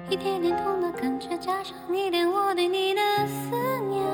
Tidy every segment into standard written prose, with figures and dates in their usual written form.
一点点痛的感觉，加上一点我对你的思念。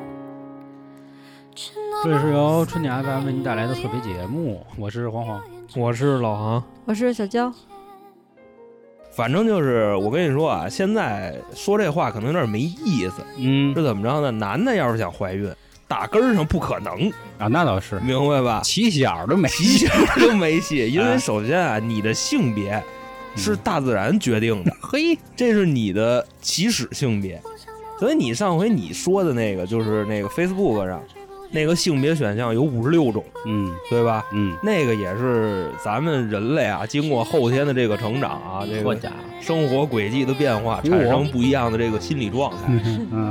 这是由春点 FM 为您带来的特别节目，我是黄黄， 我是老航， 我是小娇。 反正就是我跟你说啊，现在说这话可能有点没意思。是怎么着呢？男的要是想怀孕，打根儿上不可能啊，那倒是， 明白吧？ 起小都没戏，因为首先啊，你的性别是大自然决定的， 嘿， 这是你的起始性别。所以你上回你说的那个，就是那个 Facebook 上那个性别选项有56种，对吧？那个也是咱们人类啊，经过后天的这个成长啊，这个生活轨迹的变化，产生不一样的这个心理状态。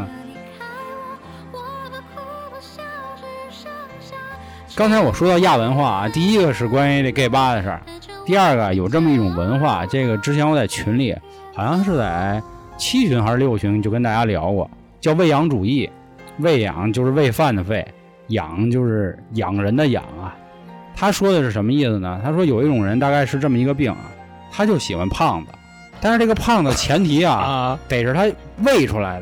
刚才我说到亚文化啊，第一个是关于这 gay 吧的事儿，第二个有这么一种文化，这个之前我在群里好像是在7群还是6群就跟大家聊过，叫喂养主义。喂养就是喂饭的喂，养就是养人的养啊。他说的是什么意思呢？他说有一种人大概是这么一个病啊，他就喜欢胖子，但是这个胖子前提啊得是他喂出来的。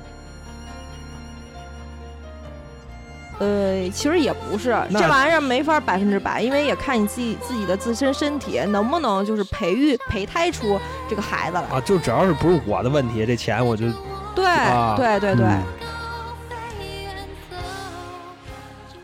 其实也不是，这玩意儿没法100%，因为也看你自己的自身身体能不能就是胚胎出这个孩子来啊。就只要是不是我的问题，这钱我就对。